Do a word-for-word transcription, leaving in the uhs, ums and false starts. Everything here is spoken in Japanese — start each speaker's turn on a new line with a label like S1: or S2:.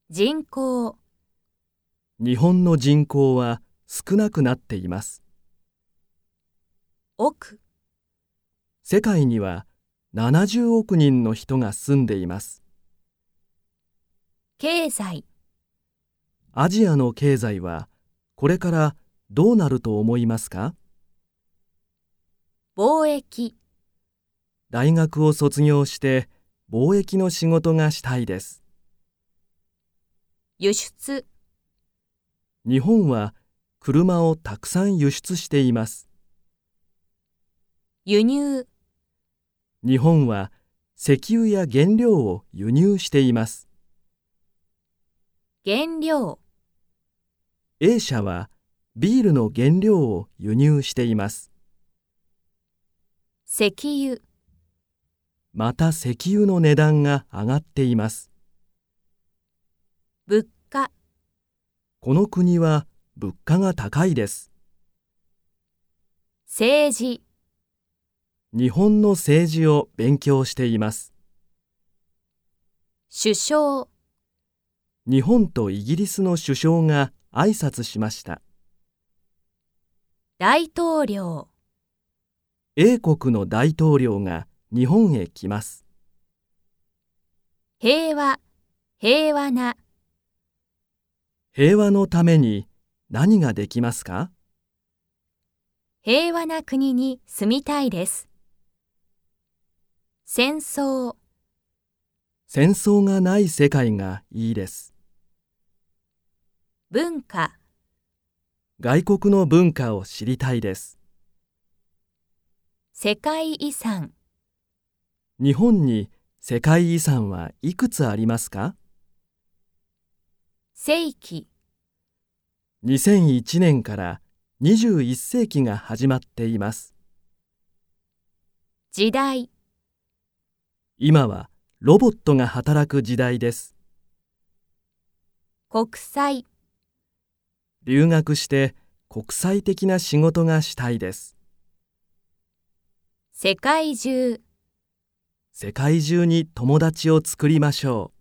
S1: 人口。
S2: 日本の人口は少なくなっています。
S1: 億。
S2: 世界にはななじゅうおく人の人が住んでいます。
S1: 経済。
S2: アジアの経済はこれからどうなると思いますか？
S1: 貿易。
S2: 大学を卒業して貿易の仕事がしたいです。
S1: 輸出。
S2: 日本は車をたくさん輸出しています。
S1: 輸入。
S2: 日本は石油や原料を輸入しています。
S1: 原料。
S2: A 社はビールの原料を輸入しています。
S1: 石油。
S2: また石油の値段が上がっています。
S1: 物価。
S2: この国は物価が高いです。
S1: 政治。
S2: 日本の政治を勉強しています。
S1: 首相。
S2: 日本とイギリスの首相が挨拶しました。
S1: 大統領。
S2: 英国の大統領が日本へ来ます。
S1: 平和。平和な。
S2: 平和のために何ができますか？
S1: 平和な国に住みたいです。戦争。
S2: 戦争がない世界がいいです。
S1: 文化。
S2: 外国の文化を知りたいです。
S1: 世界遺産。
S2: 日本に世界遺産はいくつありますか？
S1: 世紀。
S2: にせんいちねんからにじゅういっせいきが始まっています。
S1: 時代。
S2: 今はロボットが働く時代です。
S1: 国際。
S2: 留学して国際的な仕事がしたいです。
S1: 世界中。
S2: 世界中に友達を作りましょう。